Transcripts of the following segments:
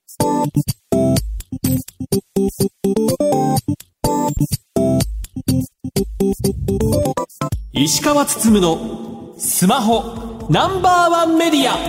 石川つつむのスマホナンバーワンメディア。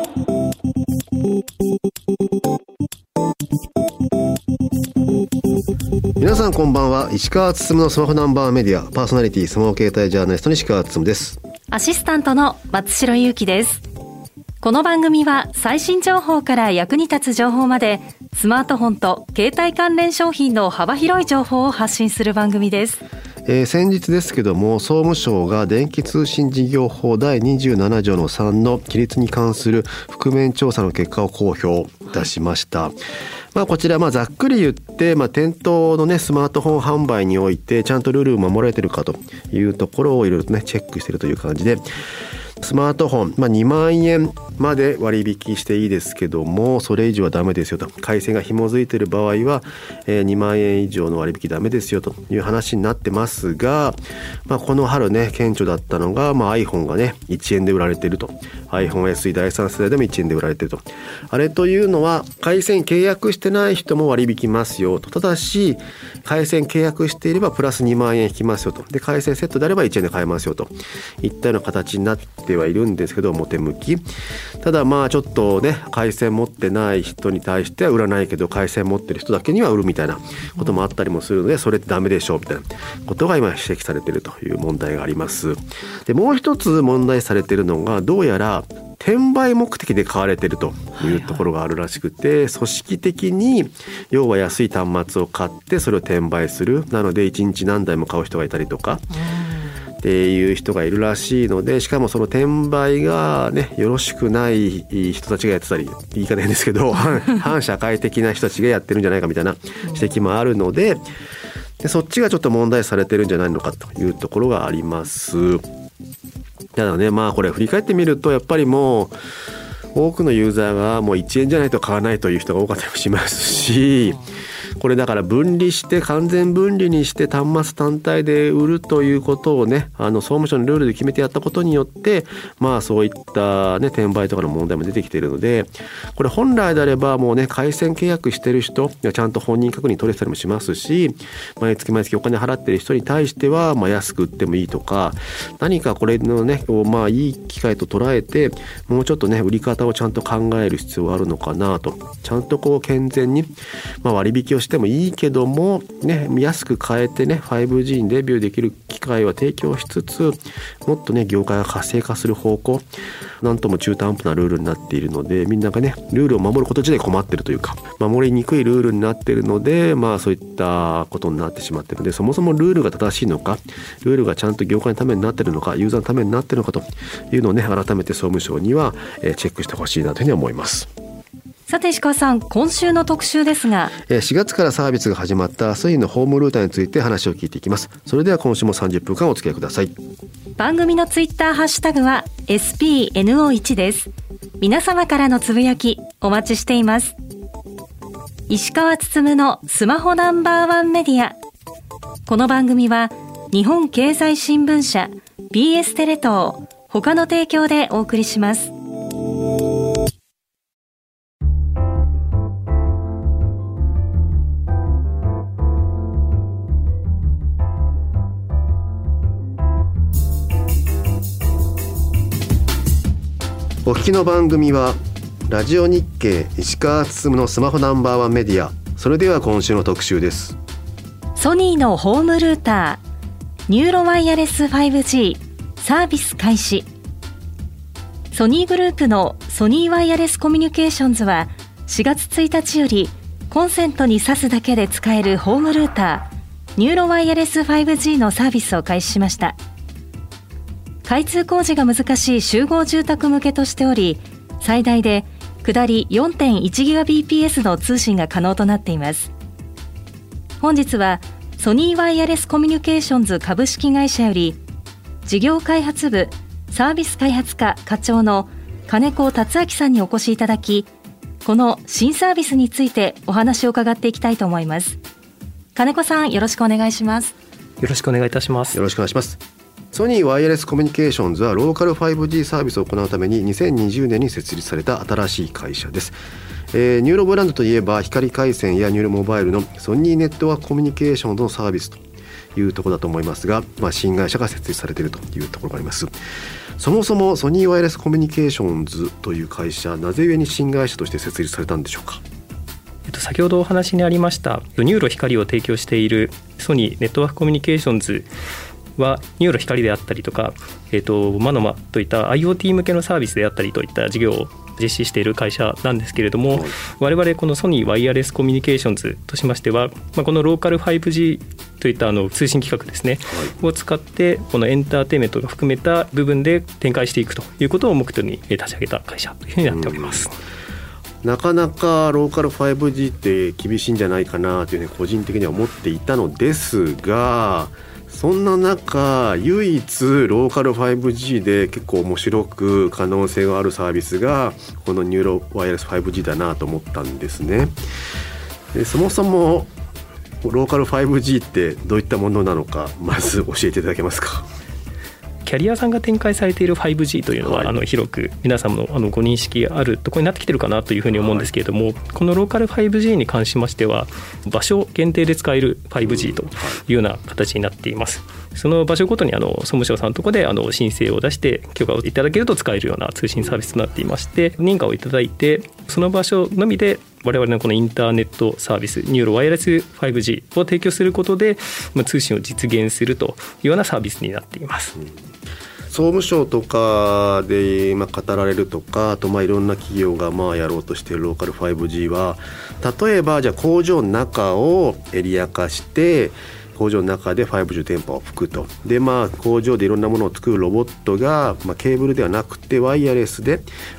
皆さんこんばんは。石川つつむのスマホナンバーワンメディアパーソナリティスマホ携帯ジャーナリストの石川つつむです。 アシスタントの松代ゆうきです。この番組は最新情報から役に立つ情報までスマートフォンと携帯関連商品の幅広い情報を発信する番組です。 先日ですけども、総務省が電気通信事業法第27条の3の規律に関する覆面調査の結果を公表いたしました。こちらざっくり言って、店頭のスマートフォン販売においてちゃんとルールを守られているかというところをいろいろとチェックしているという感じで、スマートフォン、2万円まで割引していいですけども、それ以上はダメですよと。回線が紐づいている場合は、2万円以上の割引ダメですよという話になってますが、この春顕著だったのが、iPhone が1円で売られていると。iPhone SE 第3世代でも1円で売られていると。あれというのは回線契約してない人も割引ますよと。ただし回線契約していればプラス2万円引きますよと。で回線セットであれば1円で買えますよといったような形になってはいるんですけど、表向き。ただちょっと回線持ってない人に対しては売らないけど、回線持ってる人だけには売るみたいなこともあったりもするので、それってダメでしょうみたいなことが今指摘されているという問題があります。でもう一つ問題されているのが、どうやら転売目的で買われているというところがあるらしくて、組織的に要は安い端末を買ってそれを転売する。なので1日何台も買う人がいたりとかっていう人がいるらしいので、しかもその転売がよろしくない人たちがやってたり、言い方変ですけど反社会的な人たちがやってるんじゃないかみたいな指摘もあるので、そっちがちょっと問題視されてるんじゃないのかというところがあります。ただこれ振り返ってみると、やっぱりもう多くのユーザーがもう1円じゃないと買わないという人が多かったりもしますし、これだから分離して完全分離にして端末単体で売るということを総務省のルールで決めてやったことによって、そういった転売とかの問題も出てきているので、これ本来であればもう回線契約している人ちゃんと本人確認取れたりもしますし、毎月毎月お金払っている人に対しては安く売ってもいいとか、何かこれのいい機会と捉えて、もうちょっと売り方をちゃんと考える必要があるのかなと。ちゃんと健全に割引をしてもいいけども安く買えて5G にデビューできる機会は提供しつつ、もっと業界が活性化する方向、なんとも中途半端なルールになっているので、みんながルールを守ること自体困っているというか、守りにくいルールになっているので、そういったことになってしまっているので、そもそもルールが正しいのか、ルールがちゃんと業界のためになっているのか、ユーザーのためになっているのかというのを改めて総務省にはチェックしてほしいなというふうに思います。 さて石川さん、今週の特集ですが、 4月からサービスが始まったソニーのホームルーターについて話を聞いていきます。それでは今週も30分間お付き合いください。 番組のツイッターハッシュタグは SPNO1 です。皆様からのつぶやきお待ちしています。石川つつむのスマホナンバーワンメディア。この番組は日本経済新聞社、 BS テレ東他の提供でお送りします。 お聞きの番組はラジオ日経石川つつむのスマホナンバーワンメディア。それでは今週の特集です。 ソニーのホームルーターニューロワイヤレス 5G サービス開始。ソニーグループのソニーワイヤレスコミュニケーションズは4月1日よりコンセントに挿すだけで使えるホームルーターニューロワイヤレス 5G のサービスを開始しました。開通工事が難しい集合住宅向けとしており、最大で下り 4.1GBps の通信が可能となっています。本日はソニーワイヤレスコミュニケーションズ株式会社より事業開発部サービス開発課課長の金子達明さんにお越しいただき、この新サービスについてお話を伺っていきたいと思います。金子さん、よろしくお願いします。 よろしくお願いいたします。 よろしくお願いします。ソニーワイヤレスコミュニケーションズはローカル 5G サービスを行うために2020年に設立された新しい会社です。 ニューロブランドといえば光回線やニューロモバイルのソニーネットワークコミュニケーションのサービスというところだと思いますが、新会社が設立されているというところがあります。そもそもソニーワイヤレスコミュニケーションズという会社、なぜ故に新会社として設立されたんでしょうか。 先ほどお話にありましたニューロ光を提供しているソニーネットワークコミュニケーションズはニューロ光であったりとか、マノマといった IoT 向けのサービスであったりといった事業を実施している会社なんですけれども、我々このソニーワイヤレスコミュニケーションズとしましては、このローカル 5G といった通信規格ですね、を使ってこのエンターテインメントが含めた部分で展開していくということを目標に立ち上げた会社というふうになっております。 なかなかローカル 5G って厳しいんじゃないかなという、個人的には思っていたのですが、そんな中唯一ローカル 5G で結構面白く可能性があるサービスがこのニューロワイヤレス 5G だなと思ったんですね。でそもそもローカル 5G ってどういったものなのか、まず教えていただけますか。 キャリアさんが展開されている 5G というのは、広く皆さんのご認識あるところになってきてるかなというふうに思うんですけれども、このローカル 5G に関しましては場所限定で使える 5G というような形になっています。その場所ごとに総務省さんのところで申請を出して許可をいただけると使えるような通信サービスとなっていまして、認可をいただいてその場所のみで我々のこのインターネットサービスニューロワイヤレス 5G を提供することで、通信を実現するというようなサービスになっています。 総務省とかで語られるとか、あといろんな企業がやろうとしているローカル 5G は、例えばじゃあ工場の中をエリア化して工場の中で 5G 電波を吹くと。で工場でいろんなものを作るロボットが、ケーブルではなくてワイヤレスで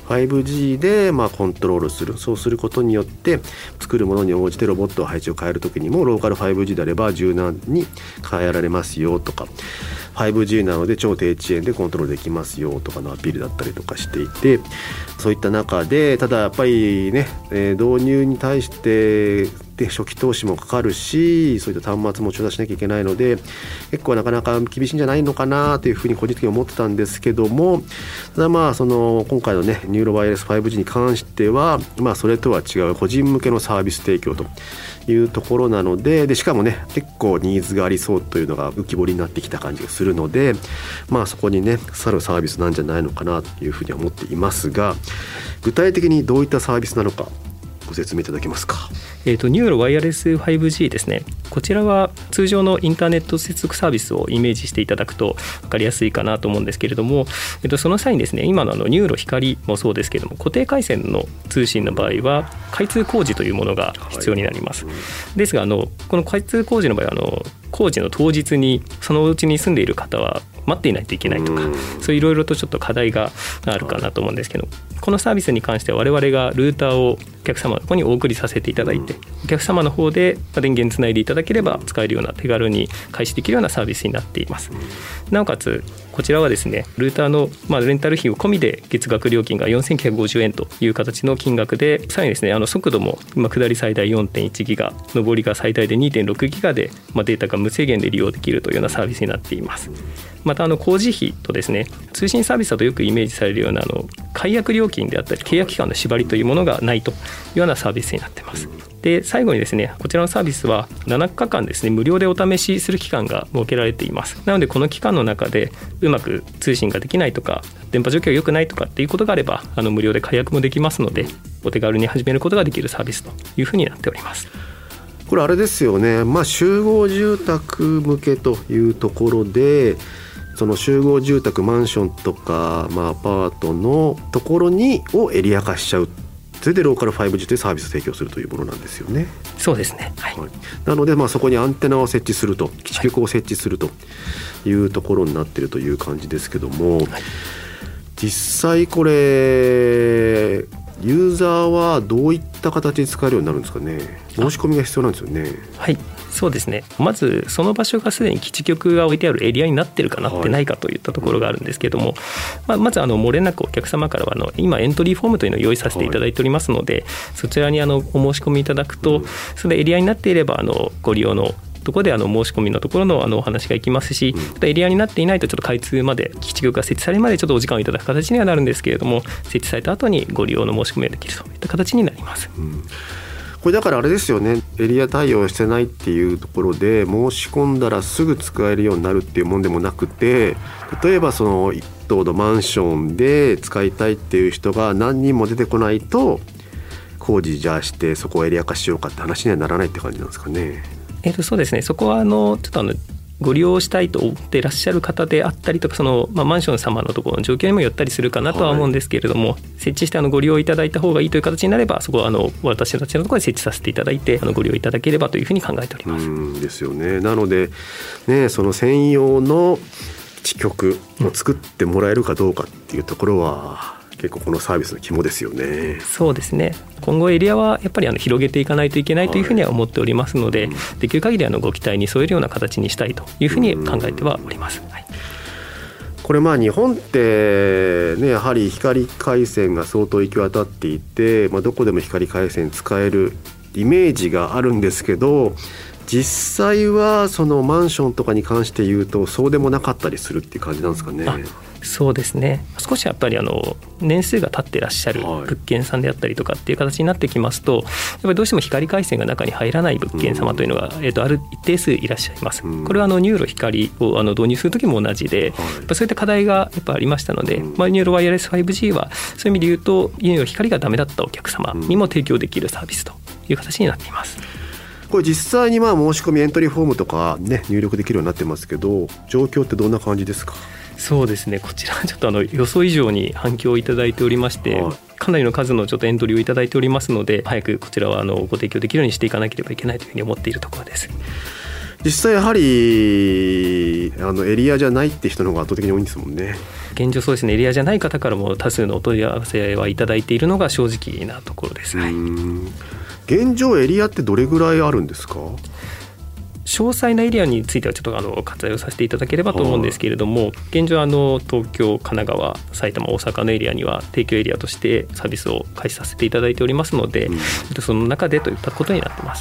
5G でコントロールする。そうすることによって作るものに応じてロボットの配置を変えるときにもローカル 5G であれば柔軟に変えられますよとか、5G なので超低遅延でコントロールできますよとかのアピールだったりとかしていて、そういった中でただやっぱりね、導入に対して初期投資もかかるし、そういった端末も調達しなきゃいけないので結構なかなか厳しいんじゃないのかなというふうに個人的に思ってたんですけども、ただ今回のねニューロワイヤレス 5G に関してはそれとは違う個人向けのサービス提供というところなので、しかもね結構ニーズがありそうというのが浮き彫りになってきた感じがするので、そこにね去るサービスなんじゃないのかなというふうに思っていますが、具体的にどういったサービスなのかご説明いただけますか。 ニューロワイヤレス 5G ですね。こちらは通常のインターネット接続サービスをイメージしていただくと分かりやすいかなと思うんですけれども、その際にですね、今のニューロ光もそうですけれども、固定回線の通信の場合は開通工事というものが必要になります。ですがこの開通工事の場合は工事の当日にそのうちに住んでいる方は待っていないといけないとか、そういういろいろとちょっと課題があるかなと思うんですけど、このサービスに関しては我々がルーターをお客様の方にお送りさせていただいて、お客様の方で電源つないでいただければ使えるような手軽に開始できるようなサービスになっています。なおかつこちらはですね、ルーターのレンタル費を込みで月額料金が4950円という形の金額で、さらにですね速度も下り最大 4.1 ギガ、上りが最大で 2.6 ギガでデータが無制限で利用できるというようなサービスになっています。また工事費とですね、通信サービスだとよくイメージされるような解約料金であったり契約期間の縛りというものがないというようなサービスになっています。で最後にですね、こちらのサービスは7日間ですね無料でお試しする期間が設けられています。なのでこの期間の中でうまく通信ができないとか電波状況が良くないとかっていうことがあれば無料で解約もできますので、お手軽に始めることができるサービスというふうになっております。 これあれですよね、集合住宅向けというところで、その集合住宅マンションとか、アパートのところをエリア化しちゃう、それでローカル 5G というサービスを提供するというものなんですよね。 そうですね、はい。 なのでそこにアンテナを設置すると、基地局を設置するというところになっているという感じですけども、実際これユーザーはどういった形で使えるようになるんですかね。申し込みが必要なんですよね。 はい、そうですね。まずその場所がすでに基地局が置いてあるエリアになっているかなってないかといったところがあるんですけれども、まず漏れなくお客様からは今エントリーフォームというのを用意させていただいておりますので、そちらにお申し込みいただくと、それエリアになっていればご利用のところで申し込みのところのお話がいきますし、エリアになっていないとちょっと開通まで基地局が設置されるまでちょっとお時間をいただく形にはなるんですけれども、設置された後にご利用の申し込みができるといった形になります。 これだからあれですよね、エリア対応してないっていうところで申し込んだらすぐ使えるようになるっていうもんでもなくて、例えばその一棟のマンションで使いたいっていう人が何人も出てこないと工事じゃあしてそこをエリア化しようかって話にはならないって感じなんですかね。 そうですね、そこはちょっとご利用したいと思っていらっしゃる方であったりとか、マンション様のところの状況にもよったりするかなとは思うんですけれども、設置してご利用いただいた方がいいという形になれば、そこは私たちのところで設置させていただいてご利用いただければというふうに考えております。 ですよね。なので、その専用の基地局を作ってもらえるかどうかっていうところは、結構このサービスの肝ですよね。 そうですね、今後エリアはやっぱり広げていかないといけないというふうには思っておりますので、できる限りご期待に添えるような形にしたいというふうに考えてはおります。 これ日本ってやはり光回線が相当行き渡っていて、どこでも光回線使えるイメージがあるんですけど、実際はそのマンションとかに関して言うとそうでもなかったりするっていう感じなんですかね。 そうですね、少しやっぱり年数が経っていらっしゃる物件さんであったりとかっていう形になってきますと、やっぱりどうしても光回線が中に入らない物件様というのが、ある一定数いらっしゃいます。これはニューロ光を導入する時も同じで、やっぱそういった課題がやっぱありましたので、ニューロワイヤレス 5G はそういう意味で言うと、ニューロ光がダメだったお客様にも提供できるサービスという形になっています。 これ実際に申し込みエントリーフォームとか入力できるようになってますけど、状況ってどんな感じですか？ そうですね、こちらはちょっと予想以上に反響をいただいておりまして、かなりの数のちょっとエントリーをいただいておりますので、早くこちらはご提供できるようにしていかなければいけないというふうに思っているところです。 実際やはりエリアじゃないって人の方が圧倒的に多いんですもんね。 現状そうですね、エリアじゃない方からも多数のお問い合わせはいただいているのが正直なところです。 現状エリアってどれぐらいあるんですか？ 詳細なエリアについてはちょっと割愛をさせていただければと思うんですけれども、現状東京、神奈川、埼玉、大阪のエリアには提供エリアとしてサービスを開始させていただいておりますので、その中でといったことになってます。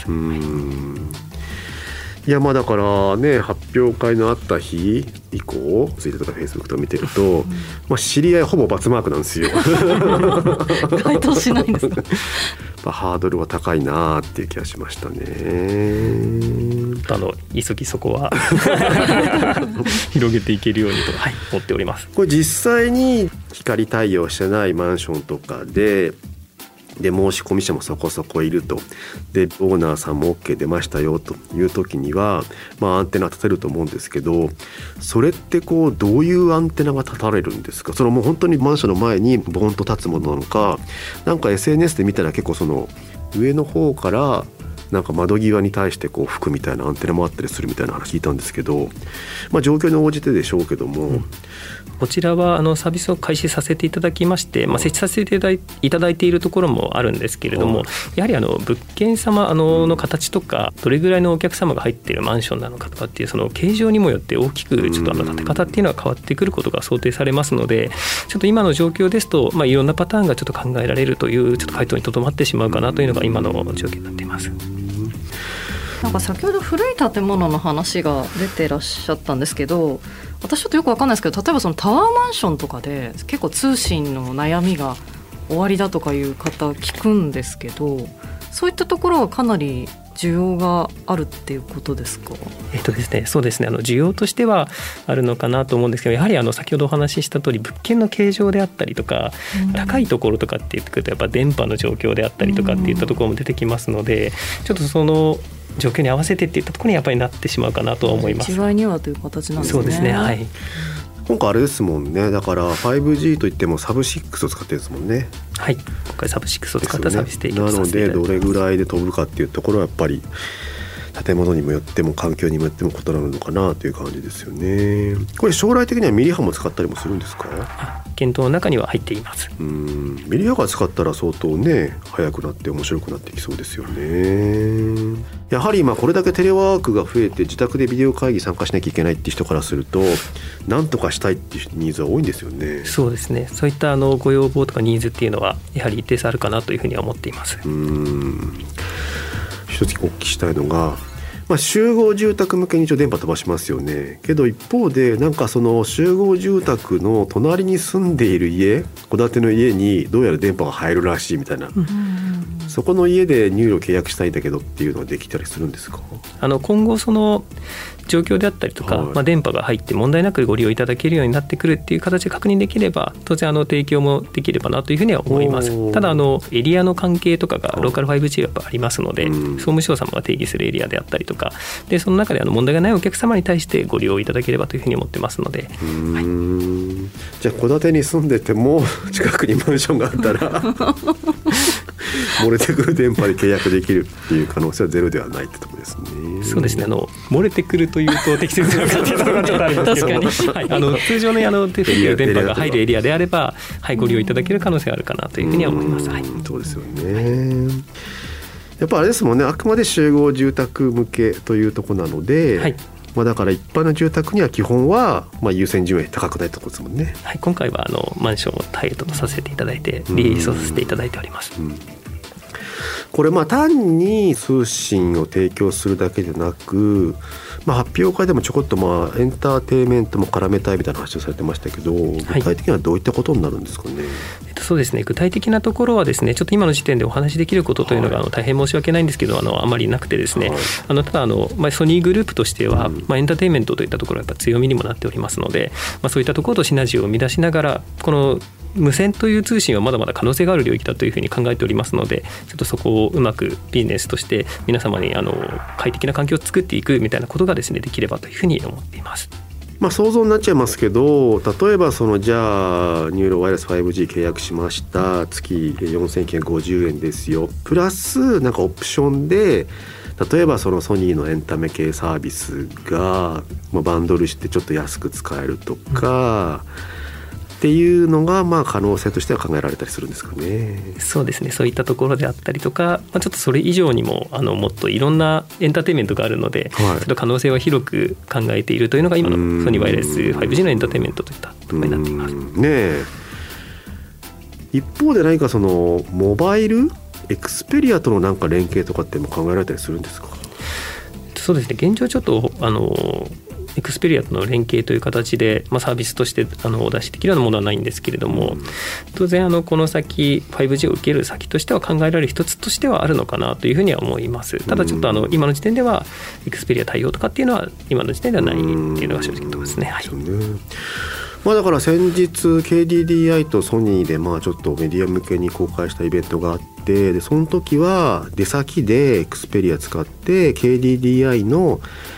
いやだからね、発表会のあった日以降ツイッターとかフェイスブックとか見てると、知り合いほぼバツマークなんですよ。 該当しないんですか？ ハードルは高いなっていう気がしましたね。 急ぎそこは広げていけるようにと思っております。 これ実際に光対応してないマンションとかで申し込み者もそこそこいると、でオーナーさんも OK 出ましたよという時には、アンテナ立てると思うんですけど、それってどういうアンテナが立たれるんですか？もう本当にマンションの前にボンと立つものなのか、SNS で見たら結構上の方から窓際に対して吹くみたいなアンテナもあったりするみたいな話聞いたんですけど、状況に応じてでしょうけども、 こちらはサービスを開始させていただきまして、設置させていただいているところもあるんですけれども、やはり物件様の形とか、どれぐらいのお客様が入っているマンションなのかとかっていう、その形状にもよって大きくちょっと建て方っていうのは変わってくることが想定されますので、ちょっと今の状況ですと、いろんなパターンがちょっと考えられるというちょっと回答にとどまってしまうかなというのが今の状況になっています。 先ほど古い建物の話が出てらっしゃったんですけど、私ちょっとよく分かんないですけど、例えばタワーマンションとかで結構通信の悩みが終わりだとかいう方聞くんですけど、そういったところはかなり需要があるっていうことですか？ ですね、そうですね、需要としてはあるのかなと思うんですけど、やはり先ほどお話しした通り、物件の形状であったりとか、高いところとかって言ってくるとやっぱ電波の状況であったりとかっていったところも出てきますので、ちょっとその状況に合わせてっていったところにやっぱりなってしまうかなとは思います。 一概にはという形なんですね。 そうですね、はい。 今回あれですもんね、だから 5G といってもサブ6を使ってるんですもんね。 はい、今回サブ6を使ったサービス提供させていただいてます。 なのでどれぐらいで飛ぶかっていうところはやっぱり建物にもよっても環境にもよっても異なるのかなという感じですよね。これ将来的にはミリ波も使ったりもするんですか？ 検討の中には入っています。 ミリ波が使ったら相当ね速くなって面白くなってきそうですよね。やはり今これだけテレワークが増えて自宅でビデオ会議参加しなきゃいけないって人からすると、何とかしたいっていうニーズは多いんですよね。 そうですね、そういったご要望とかニーズっていうのはやはり一定数あるかなというふうには思っています。 一つお聞きしたいのが、 集合住宅向けに一応電波飛ばしますよね。けど一方でなんかその集合住宅の隣に住んでいる家、戸建ての家にどうやら電波が入るらしいみたいな、そこの家でニューロ契約したいんだけどっていうのはできたりするんですか？ 今後その状況であったりとか、電波が入って問題なくご利用いただけるようになってくるっていう形で確認できれば、当然提供もできればなというふうには思います。ただエリアの関係とかがローカル 5G はやっぱありますので、総務省様が定義するエリアであったりとかで、その中で問題がないお客様に対してご利用いただければというふうに思ってますので、 じゃあ戸建てに住んでても近くにマンションがあったら漏れてくる電波で契約できるっていう可能性はゼロではないってところですね。 そうですね、漏れてくるというと適切なのかっていうところがちょっとあるんですけども、はい、通常の電波が入るエリアであれば、はい、ご利用いただける可能性があるかなというふうには思います。はい、 そうですよね。やっぱあれですもんね、あくまで集合住宅向けというところなので、はい、だから一般の住宅には基本は優先順位高くないところですもんね。 はい、今回はマンションをターゲットとさせていただいてリリースをさせていただいております。 これ単に通信を提供するだけでなく、発表会でもちょこっとエンターテインメントも絡めたいみたいな話をされてましたけど、具体的にはどういったことになるんですかね？ そうですね、具体的なところはですね、ちょっと今の時点でお話しできることというのが大変申し訳ないんですけど、あまりなくてですね、ただソニーグループとしては、エンターテインメントといったところはやっぱ強みにもなっておりますので、そういったところとシナジーを生み出しながら、この無線という通信はまだまだ可能性がある領域だというふうに考えておりますので、ちょっとそこをうまくビジネスとして皆様に快適な環境を作っていくみたいなことがですね、できればというふうに思っています。 想像になっちゃいますけど、例えばじゃあニューロワイヤレス 5G 契約しました、月4950円ですよ、プラスなんかオプションで例えばソニーのエンタメ系サービスがバンドルしてちょっと安く使えるとか、っていうのが可能性としては考えられたりするんですかね。 そうですね、そういったところであったりとか、ちょっとそれ以上にももっといろんなエンターテインメントがあるので、ちょっと可能性は広く考えているというのが今のソニーワイヤレス 5G のエンターテインメントといったところになっています。 一方で何かモバイルエクスペリアとのなんか連携とかっても考えられたりするんですか？ そうですね、現状ちょっとエクスペリアとの連携という形で、サービスとしてお出しできるようなものはないんですけれども、当然この先 5G を受ける先としては考えられる一つとしてはあるのかなというふうには思います。ただちょっと今の時点ではエクスペリア対応とかっていうのは今の時点ではないっていうのが正直なところですね。はい、 だから先日 KDDI とソニーでちょっとメディア向けに公開したイベントがあって、でその時は出先でエクスペリア使って KDDI の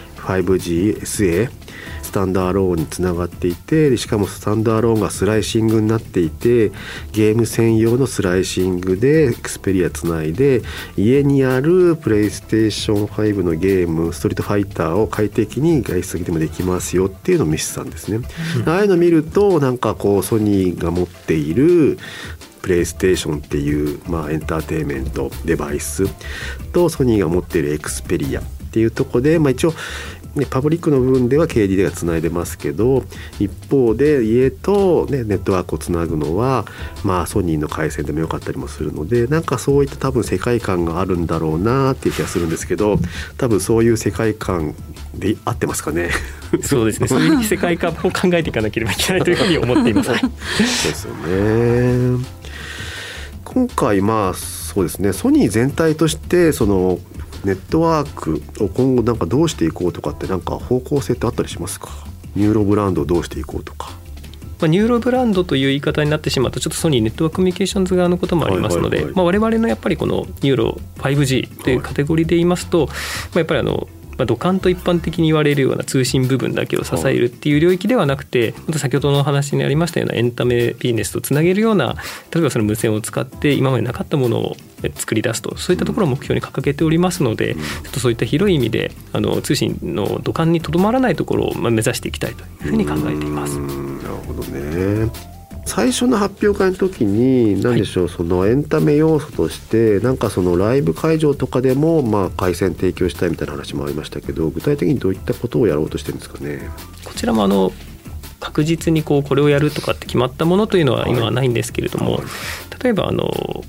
5G SA スタンダーローンにつながっていて、しかもスタンダーローンがスライシングになっていて、ゲーム専用のスライシングでエクスペリアつないで家にあるプレイステーション5のゲームストリートファイターを快適に外出先でもできますよっていうのを見せてたんですね。ああいうの見るとなんかソニーが持っているプレイステーションっていう、エンターテインメントデバイスとソニーが持っているエクスペリアっていうところで、一応パブリックの部分では KDDI がつないでますけど、一方で家と、ネットワークをつなぐのは、ソニーの回線でもよかったりもするので、なんかそういった多分世界観があるんだろうなっていう気がするんですけど、多分そういう世界観で合ってますかね。 そうですね、そういう世界観を考えていかなければいけないというふうに思っています。そうですよね。今回そうですね、ソニー全体としてネットワークを今後なんかどうしていこうとかってなんか方向性ってあったりしますか？ニューロブランドをどうしていこうとか。 ニューロブランドという言い方になってしまうとちょっとソニーネットワークコミュニケーションズ側のこともありますので、我々のやっぱりこのニューロ 5G というカテゴリーで言いますと、やっぱり土管と一般的に言われるような通信部分だけを支えるっていう領域ではなくて、先ほどの話にありましたようなエンタメビジネスとつなげるような、例えばその無線を使って今までなかったものを作り出すと、そういったところを目標に掲げておりますので、ちょっとそういった広い意味で通信の土管にとどまらないところを目指していきたいというふうに考えています。 なるほどね。最初の発表会の時に何でしょう、そのエンタメ要素としてなんかそのライブ会場とかでも回線提供したいみたいな話もありましたけど、具体的にどういったことをやろうとしてるんですかね？ こちらも確実にこれをやるとかって決まったものというのは今はないんですけれども、例えば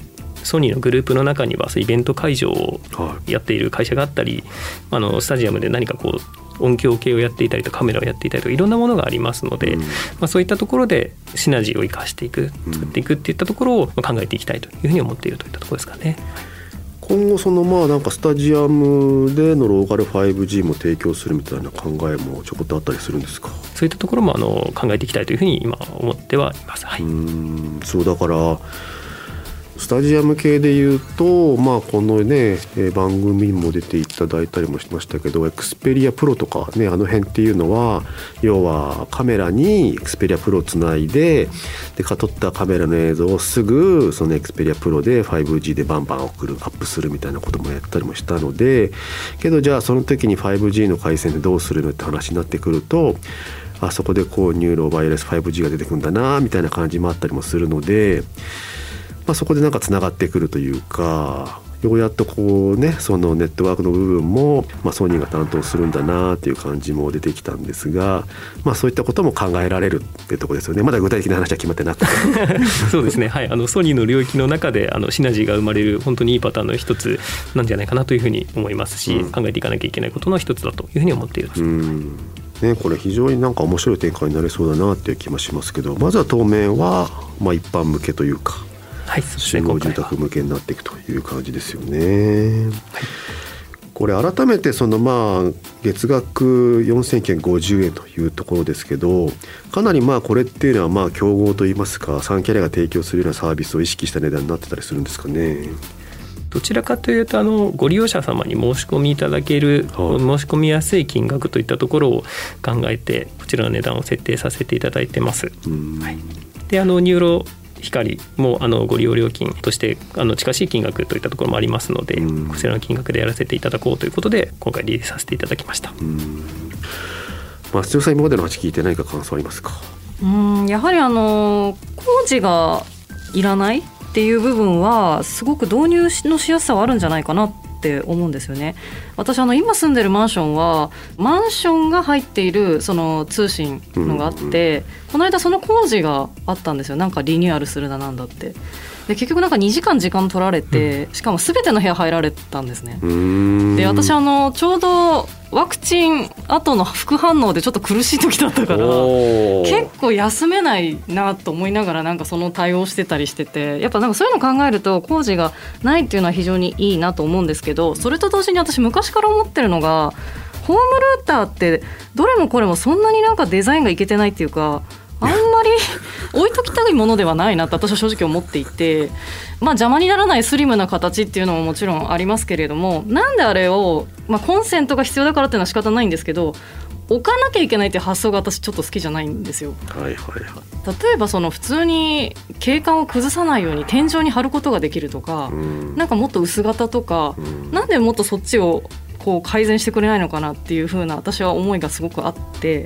ソニーのグループの中にはイベント会場をやっている会社があったり、スタジアムで何か音響系をやっていたりとカメラをやっていたりといろんなものがありますので、そういったところでシナジーを生かしていく、作っていくっていったところを考えていきたいというふうに思っているといったところですかね。 今後なんかスタジアムでのローカル 5G も提供するみたいな考えもちょこっとあったりするんですか？ そういったところも考えていきたいというふうに今思ってはいます。はい、 そうだからスタジアム系でいうと、このね番組にも出ていただいたりもしましたけど、エクスペリアプロとかね、あの辺っていうのは要はカメラにエクスペリアプロをつないで撮ったカメラの映像をすぐそのエクスペリアプロで 5G でバンバンアップするみたいなこともやったりもしたので、けどじゃあその時に 5G の回線でどうするのって話になってくると、あそこでニューロワイヤレス 5G が出てくるんだなみたいな感じもあったりもするので、そこでなんかつながってくるというか、ようやっとそのネットワークの部分も、ソニーが担当するんだなっていう感じも出てきたんですが、そういったことも考えられるってところですよね。まだ具体的な話は決まってなくてそうですね、はい、ソニーの領域の中でシナジーが生まれる本当にいいパターンの一つなんじゃないかなというふうに思いますし、考えていかなきゃいけないことの一つだというふうに思っています。 これ非常になんか面白い展開になりそうだなっていう気もしますけど、まずは当面は一般向けというか、 はい、 集合住宅向けになっていくという感じですよね。これ改めて月額4950円というところですけど、かなりこれっていうのは競合といいますか3キャリアが提供するようなサービスを意識した値段になってたりするんですかね。 どちらかというとご利用者様に申し込みいただける、申し込みやすい金額といったところを考えてこちらの値段を設定させていただいてます。はい、でニューロ光もご利用料金として近しい金額といったところもありますので、こちらの金額でやらせていただこうということで今回リリースさせていただきました。 松尾さん、今までの話聞いて何か感想ありますか？ やはり工事がいらないっていう部分はすごく導入のしやすさはあるんじゃないかなって思うんですよね。私今住んでるマンションはマンションが入っているその通信のがあって、この間その工事があったんですよ。なんかリニューアルするだなんだって。で結局2時間時間取られて、しかも全ての部屋入られたんですね。で私ちょうどワクチン後の副反応でちょっと苦しい時だったから結構休めないなと思いながらその対応してたりしてて、やっぱそういうの考えると工事がないっていうのは非常にいいなと思うんですけど、それと同時に私昔から思ってるのが、ホームルーターってどれもこれもそんなにデザインがいけてないっていうか、あんまり置いときたいものではないなと私は正直思っていて、邪魔にならないスリムな形っていうのももちろんありますけれども、なんであれを、コンセントが必要だからっていうのは仕方ないんですけど、置かなきゃいけないっていう発想が私ちょっと好きじゃないんですよ。例えば普通に景観を崩さないように天井に貼ることができるとか、もっと薄型とか、なんでもっとそっちを改善してくれないのかなっていう風な私は思いがすごくあって、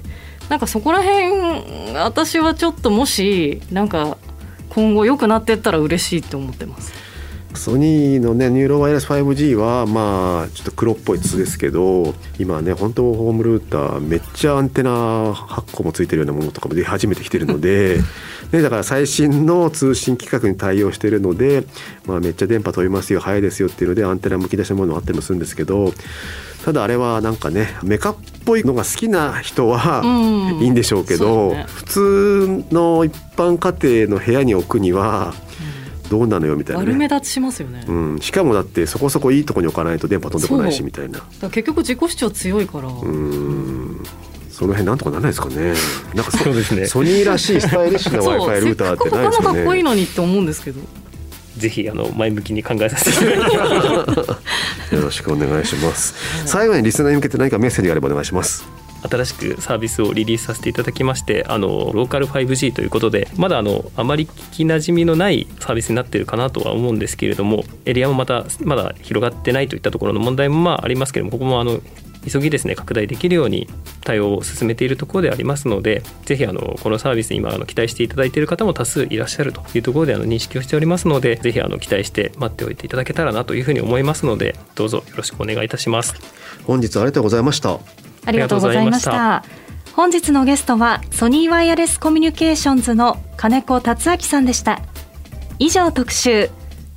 そこら辺私はちょっともし今後良くなっていったら嬉しいと思ってます。 ソニーのニューロワイヤレス 5G はちょっと黒っぽい筒ですけど、今本当ホームルーターめっちゃアンテナ8個もついてるようなものとかも出始めてきてるのでだから最新の通信規格に対応しているので、めっちゃ電波飛びますよ、早いですよっていうのでアンテナむき出しのものもあったりもするんですけど、ただあれはメカっぽいのが好きな人はいいんでしょうけど、普通の一般家庭の部屋に置くにはどうなのよみたいな、 悪目立ちしますよね。 しかもだってそこそこいいとこに置かないと電波飛んでこないしみたいな。 結局自己主張強いから、 その辺なんとかならないですかね。 そうですね、 ソニーらしいスタイリッシュな Wi-Fi ルーターってないですよね。 かっこいいのにって思うんですけど、 ぜひ前向きに考えさせていただきますよろしくお願いします。最後にリスナーに向けて何かメッセージがあればお願いします。 新しくサービスをリリースさせていただきまして、ローカル 5G ということでまだあまり聞きなじみのないサービスになっているかなとは思うんですけれども、エリアもまだ広がってないといったところの問題もありますけれども、ここも急ぎですね拡大できるように対応を進めているところでありますので、ぜひこのサービスに今期待していただいている方も多数いらっしゃるというところで認識をしておりますので、ぜひ期待して待っておいていただけたらなというふうに思いますので、どうぞよろしくお願いいたします。 本日はありがとうございました。 ありがとうございました。本日のゲストはソニーワイヤレスコミュニケーションズの金子達明さんでした。以上特集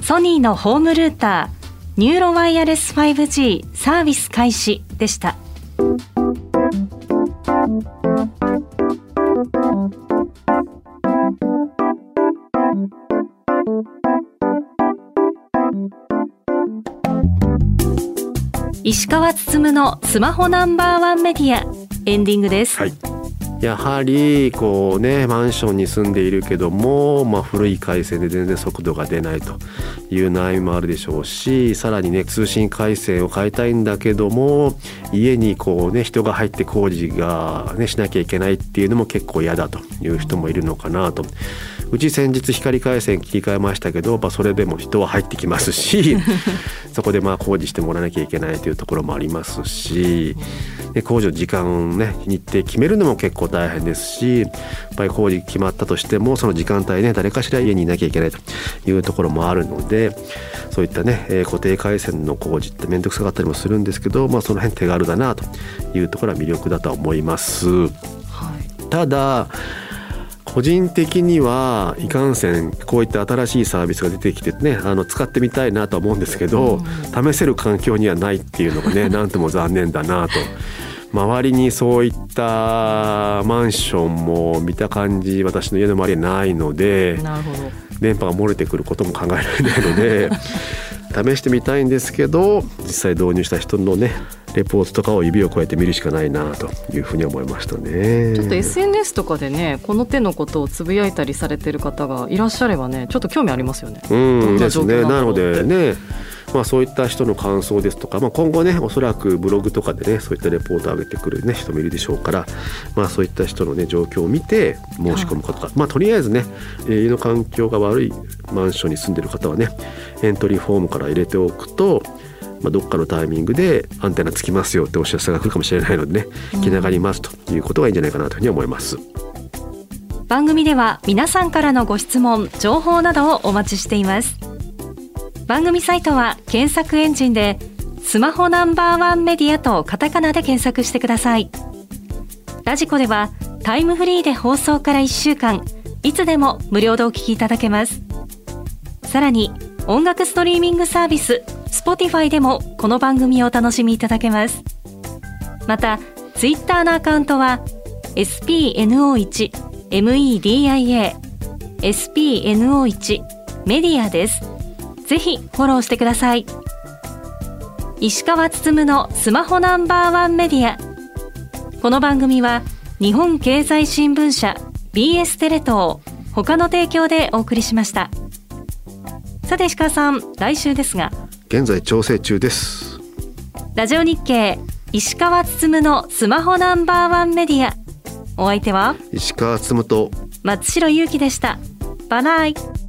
ソニーのホームルーターニューロワイヤレス 5G サービス開始でした。石川つつむのスマホナンバーワンメディアエンディングです。 はい、やはりこうねマンションに住んでいるけども、古い回線で全然速度が出ないという悩みもあるでしょうし、さらにね通信回線を変えたいんだけども家にこうね人が入って工事がねしなきゃいけないっていうのも結構嫌だという人もいるのかなと。うち先日光回線切り替えましたけど、それでも人は入ってきますしそこで工事してもらわなきゃいけないというところもありますし、で工事の時間ね日程決めるのも結構大変ですし、やっぱり工事決まったとしてもその時間帯ね誰かしら家にいなきゃいけないというところもあるので、そういったね固定回線の工事って面倒くさかったりもするんですけど、その辺手軽だなというところは魅力だとは思います。ただ個人的にはいかんせんこういった新しいサービスが出てきてね使ってみたいなとは思うんですけど、試せる環境にはないっていうのがねなんとも残念だなと。周りにそういったマンションも見た感じ私の家の周りはないので、 なるほど、 電波が漏れてくることも考えられないので試してみたいんですけど、実際導入した人のねレポートとかを指を越えて見るしかないなというふうに思いましたね。 ちょっと SNS とかでねこの手のことをつぶやいたりされてる方がいらっしゃればねちょっと興味ありますよね。 ですね。なのでねそういった人の感想ですとか、今後ねおそらくブログとかでねそういったレポートを上げてくる、ね、人もいるでしょうから、そういった人のね状況を見て申し込むことか、とりあえずね家の環境が悪いマンションに住んでる方はねエントリーフォームから入れておくと、どっかのタイミングでアンテナつきますよってお知らせが来るかもしれないのでね、気長に待つということがいいんじゃないかなというふうに思います。 番組では皆さんからのご質問情報などをお待ちしています。番組サイトは検索エンジンでスマホナンバーワンメディアとカタカナで検索してください。ラジコではタイムフリーで放送から1週間いつでも無料でお聞きいただけます。さらに音楽ストリーミングサービス Spotify でもこの番組をお楽しみいただけます。またツイッターのアカウントは SPNO1 MEDIA SPNO1 メディアです。ぜひフォローしてください。石川つつむのスマホナンバーワンメディア。この番組は日本経済新聞社 BS テレ東他の提供でお送りしました。さて石川さん、来週ですが現在調整中です。 ラジオ日経石川つつむのスマホナンバーワンメディア。お相手は石川つつむと松代ゆうきでした。バイバイ。